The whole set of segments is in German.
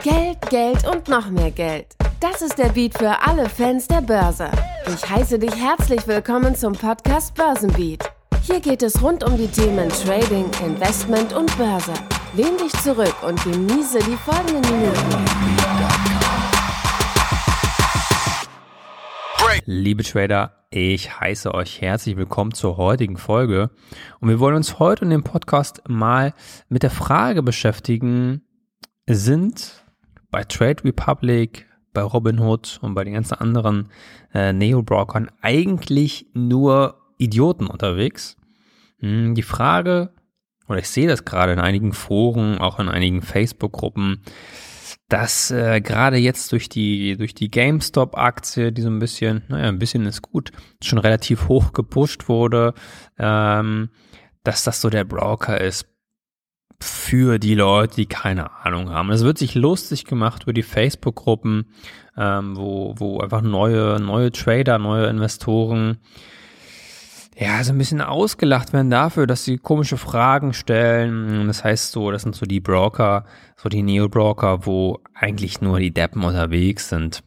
Geld, Geld und noch mehr Geld. Das ist der Beat für alle Fans der Börse. Ich heiße dich herzlich willkommen zum Podcast Börsenbeat. Hier geht es rund um die Themen Trading, Investment und Börse. Lehn dich zurück und genieße die folgenden Minuten. Liebe Trader, ich heiße euch herzlich willkommen zur heutigen Folge und wir wollen uns heute in dem Podcast mal mit der Frage beschäftigen, sind bei Trade Republic, bei Robinhood und bei den ganzen anderen Neo-Brokern eigentlich nur Idioten unterwegs? Die Frage, oder ich sehe das gerade in einigen Foren, auch in einigen Facebook-Gruppen, dass gerade jetzt durch die GameStop-Aktie, die so ein bisschen ist gut, schon relativ hoch gepusht wurde, dass das so der Broker ist für die Leute, die keine Ahnung haben. Es wird sich lustig gemacht über die Facebook-Gruppen, wo einfach neue Trader, neue Investoren so ein bisschen ausgelacht werden dafür, dass sie komische Fragen stellen. Das heißt so, das sind so die Broker, so die Neo-Broker, wo eigentlich nur die Deppen unterwegs sind.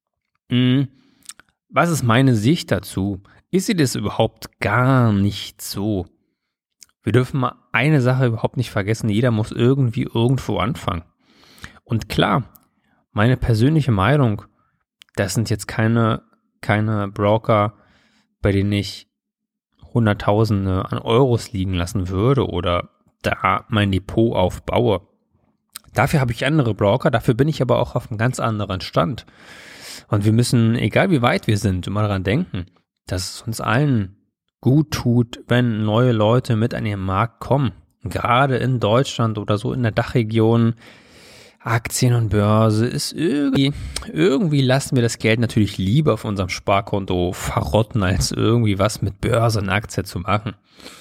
Was ist meine Sicht dazu? Ist sie das überhaupt gar nicht so? Wir dürfen mal eine Sache überhaupt nicht vergessen, jeder muss irgendwie irgendwo anfangen. Und klar, meine persönliche Meinung, das sind jetzt keine Broker, bei denen ich Hunderttausende an Euros liegen lassen würde oder da mein Depot aufbaue. Dafür habe ich andere Broker, dafür bin ich aber auch auf einem ganz anderen Stand. Und wir müssen, egal wie weit wir sind, immer daran denken, dass es uns allen gut tut, wenn neue Leute mit an den Markt kommen. Gerade in Deutschland oder so in der Dachregion, Aktien und Börse ist irgendwie lassen wir das Geld natürlich lieber auf unserem Sparkonto verrotten, als irgendwie was mit Börse und Aktie zu machen.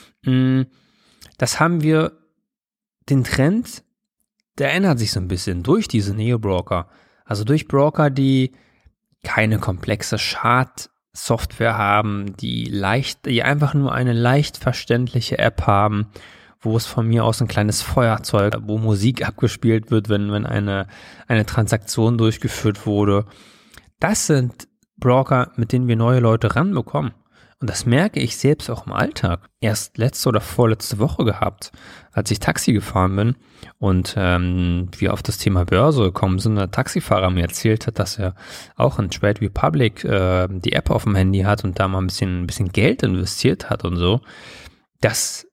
Das haben wir, den Trend, der ändert sich so ein bisschen durch diese Neo-Broker. Also durch Broker, die keine komplexe Chart-Software haben, die einfach nur eine leicht verständliche App haben, wo es von mir aus ein kleines Feuerzeug, wo Musik abgespielt wird, wenn eine Transaktion durchgeführt wurde. Das sind Broker, mit denen wir neue Leute ranbekommen. Und das merke ich selbst auch im Alltag. Erst letzte oder vorletzte Woche gehabt, als ich Taxi gefahren bin und wir auf das Thema Börse gekommen sind. Der Taxifahrer mir erzählt hat, dass er auch in Trade Republic die App auf dem Handy hat und da mal ein bisschen Geld investiert hat und so. Das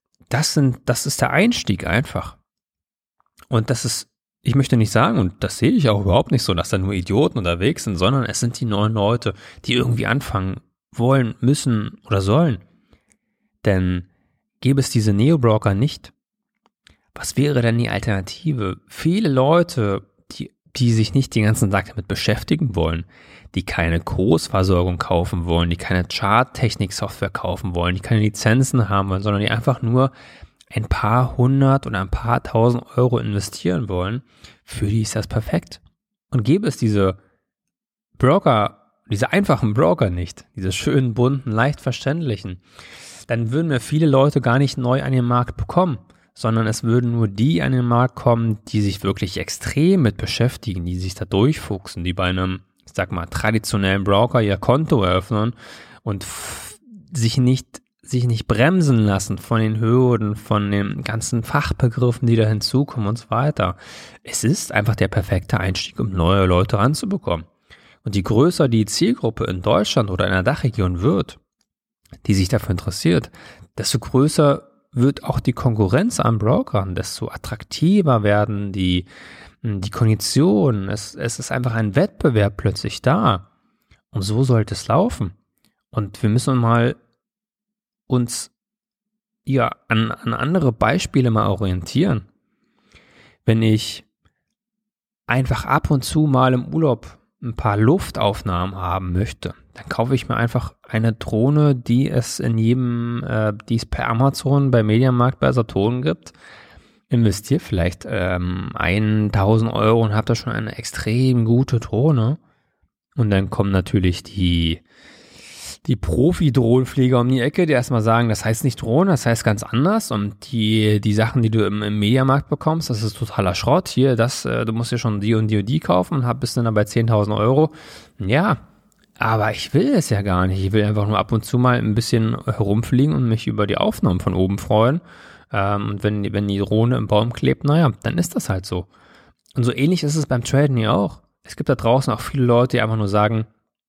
ist der Einstieg einfach. Und das ist, ich möchte nicht sagen, und das sehe ich auch überhaupt nicht so, dass da nur Idioten unterwegs sind, sondern es sind die neuen Leute, die irgendwie anfangen wollen, müssen oder sollen. Denn gäbe es diese Neo-Broker nicht, was wäre denn die Alternative? Viele Leute, die sich nicht den ganzen Tag damit beschäftigen wollen, die keine Großversorgung kaufen wollen, die keine Chart-Technik-Software kaufen wollen, die keine Lizenzen haben wollen, sondern die einfach nur ein paar hundert oder ein paar tausend Euro investieren wollen, für die ist das perfekt. Und gäbe es diese Broker, diese einfachen Broker nicht, diese schönen, bunten, leicht verständlichen, dann würden wir viele Leute gar nicht neu an den Markt bekommen, sondern es würden nur die an den Markt kommen, die sich wirklich extrem mit beschäftigen, die sich da durchfuchsen, die bei einem, ich sag mal, traditionellen Broker ihr Konto eröffnen und sich nicht bremsen lassen von den Hürden, von den ganzen Fachbegriffen, die da hinzukommen und so weiter. Es ist einfach der perfekte Einstieg, um neue Leute ranzubekommen. Und je größer die Zielgruppe in Deutschland oder in der Dachregion wird, die sich dafür interessiert, desto größer wird auch die Konkurrenz an Brokern, desto attraktiver werden die Konditionen. Es ist einfach ein Wettbewerb plötzlich da. Und so sollte es laufen. Und wir müssen mal uns an andere Beispiele mal orientieren. Wenn ich einfach ab und zu mal im Urlaub ein paar Luftaufnahmen haben möchte, dann kaufe ich mir einfach eine Drohne, die es per Amazon, bei Mediamarkt, bei Saturn gibt, investiere vielleicht 1.000 Euro und habe da schon eine extrem gute Drohne. Und dann kommen natürlich die die Profi-Drohnenflieger um die Ecke, die erstmal sagen, das heißt nicht Drohne, das heißt ganz anders und die Sachen, die du im Mediamarkt bekommst, das ist totaler Schrott. Hier, du musst dir schon die und die kaufen und bist dann dabei 10.000 Euro. Ja, aber ich will es ja gar nicht. Ich will einfach nur ab und zu mal ein bisschen herumfliegen und mich über die Aufnahmen von oben freuen. Und wenn die Drohne im Baum klebt, naja, dann ist das halt so. Und so ähnlich ist es beim Traden ja auch. Es gibt da draußen auch viele Leute, die einfach nur sagen,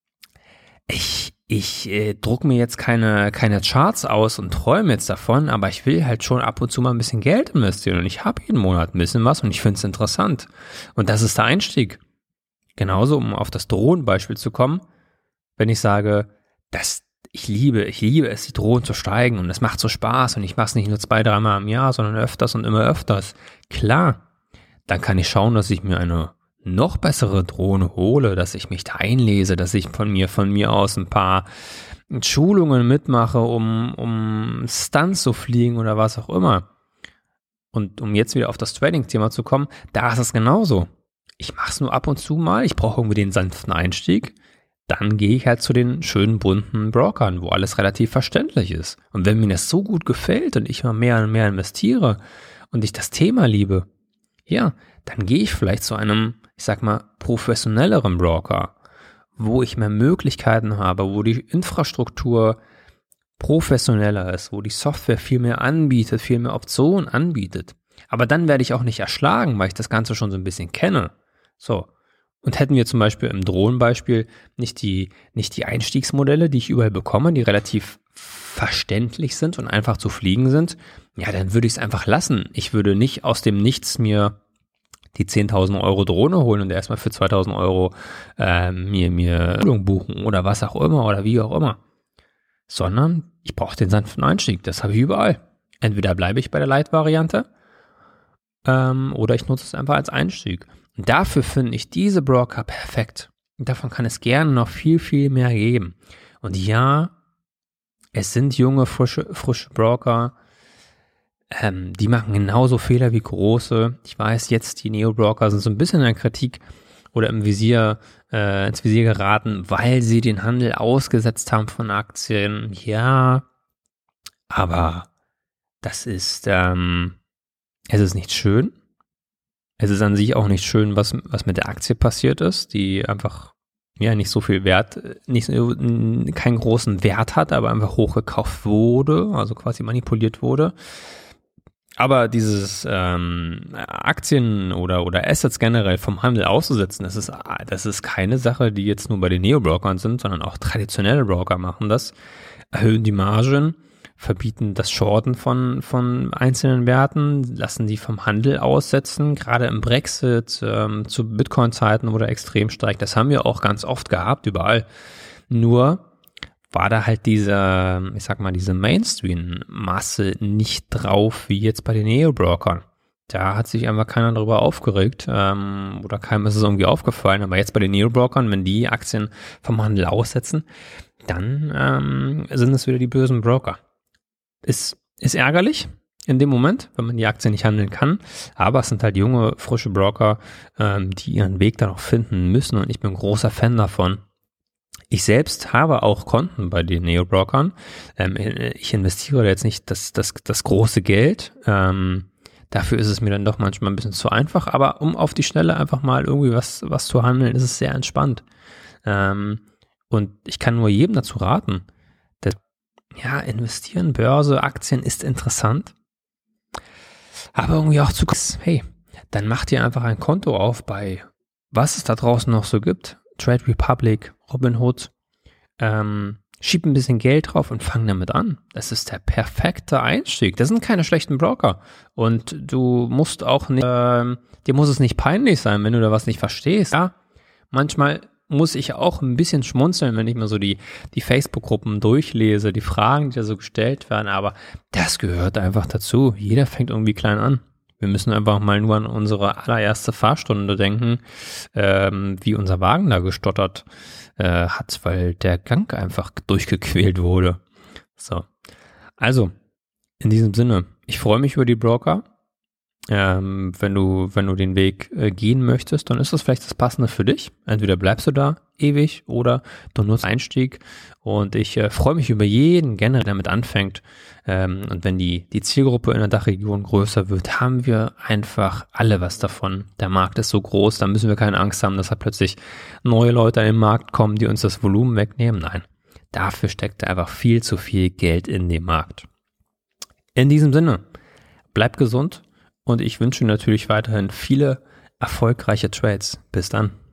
ich druck mir jetzt keine Charts aus und träume jetzt davon, aber ich will halt schon ab und zu mal ein bisschen Geld investieren und ich habe jeden Monat ein bisschen was und ich finde es interessant. Und das ist der Einstieg. Genauso, um auf das Drohnenbeispiel zu kommen, wenn ich sage, ich liebe es, die Drohnen zu steigen und es macht so Spaß und ich mache es nicht nur 2-3 Mal im Jahr, sondern öfters und immer öfters. Klar, dann kann ich schauen, dass ich mir eine noch bessere Drohne hole, dass ich mich da einlese, dass ich von mir aus ein paar Schulungen mitmache, um Stunts zu fliegen oder was auch immer. Und um jetzt wieder auf das Trading-Thema zu kommen, da ist es genauso. Ich mache es nur ab und zu mal, ich brauche irgendwie den sanften Einstieg, dann gehe ich halt zu den schönen bunten Brokern, wo alles relativ verständlich ist. Und wenn mir das so gut gefällt und ich mal mehr und mehr investiere und ich das Thema liebe, ja, dann gehe ich vielleicht zu einem, ich sag mal, professionelleren Broker, wo ich mehr Möglichkeiten habe, wo die Infrastruktur professioneller ist, wo die Software viel mehr anbietet, viel mehr Optionen anbietet. Aber dann werde ich auch nicht erschlagen, weil ich das Ganze schon so ein bisschen kenne. So. Und hätten wir zum Beispiel im Drohnenbeispiel nicht die Einstiegsmodelle, die ich überall bekomme, die relativ verständlich sind und einfach zu fliegen sind, ja, dann würde ich es einfach lassen. Ich würde nicht aus dem Nichts mir die 10.000 Euro Drohne holen und erstmal für 2.000 Euro mir Schulung buchen oder was auch immer oder wie auch immer. Sondern ich brauche den sanften Einstieg. Das habe ich überall. Entweder bleibe ich bei der Light-Variante oder ich nutze es einfach als Einstieg. Und dafür finde ich diese Broker perfekt. Und davon kann es gerne noch viel, viel mehr geben. Und ja, es sind junge, frische Broker, die machen genauso Fehler wie große. Ich weiß, jetzt die Neo-Broker sind so ein bisschen in der Kritik oder ins Visier geraten, weil sie den Handel ausgesetzt haben von Aktien. Ja, aber das ist, es ist nicht schön. Es ist an sich auch nicht schön, was mit der Aktie passiert ist, die einfach nicht so viel Wert, keinen großen Wert hat, aber einfach hochgekauft wurde, also quasi manipuliert wurde. Aber dieses Aktien oder Assets generell vom Handel auszusetzen, das ist keine Sache, die jetzt nur bei den Neo-Brokern sind, sondern auch traditionelle Broker machen das, erhöhen die Margen, verbieten das Shorten von einzelnen Werten, lassen die vom Handel aussetzen, gerade im Brexit, zu Bitcoin-Zeiten, wo der extrem steigt. Das haben wir auch ganz oft gehabt, überall. Nur war da halt diese Mainstream-Masse nicht drauf, wie jetzt bei den Neo-Brokern. Da hat sich einfach keiner drüber aufgeregt oder keinem ist es irgendwie aufgefallen. Aber jetzt bei den Neo-Brokern, wenn die Aktien vom Handel aussetzen, dann sind es wieder die bösen Broker. Ist ärgerlich in dem Moment, wenn man die Aktien nicht handeln kann, aber es sind halt junge, frische Broker, die ihren Weg da noch finden müssen und ich bin ein großer Fan davon. Ich selbst habe auch Konten bei den Neo-Brokern. Ich investiere jetzt nicht das große Geld. Dafür ist es mir dann doch manchmal ein bisschen zu einfach, aber um auf die Schnelle einfach mal irgendwie was zu handeln, ist es sehr entspannt. Und ich kann nur jedem dazu raten, investieren, Börse, Aktien ist interessant, aber irgendwie auch hey, dann macht ihr einfach ein Konto auf bei, was es da draußen noch so gibt, Trade Republic, Robinhood, schieb ein bisschen Geld drauf und fang damit an. Das ist der perfekte Einstieg. Das sind keine schlechten Broker und du musst auch nicht, dir muss es nicht peinlich sein, wenn du da was nicht verstehst. Ja, manchmal muss ich auch ein bisschen schmunzeln, wenn ich mir so die Facebook-Gruppen durchlese, die Fragen, die da so gestellt werden, aber das gehört einfach dazu. Jeder fängt irgendwie klein an. Wir müssen einfach mal nur an unsere allererste Fahrstunde denken, wie unser Wagen da gestottert hat, weil der Gang einfach durchgequält wurde. So. Also, in diesem Sinne, ich freue mich über die Broker. Wenn du den Weg gehen möchtest, dann ist das vielleicht das Passende für dich. Entweder bleibst du da, ewig oder du nutzt Einstieg. Und ich freue mich über jeden generell, der damit anfängt. Und wenn die Zielgruppe in der Dachregion größer wird, haben wir einfach alle was davon. Der Markt ist so groß, da müssen wir keine Angst haben, dass da plötzlich neue Leute an den Markt kommen, die uns das Volumen wegnehmen. Nein, dafür steckt einfach viel zu viel Geld in dem Markt. In diesem Sinne, bleib gesund und ich wünsche natürlich weiterhin viele erfolgreiche Trades. Bis dann.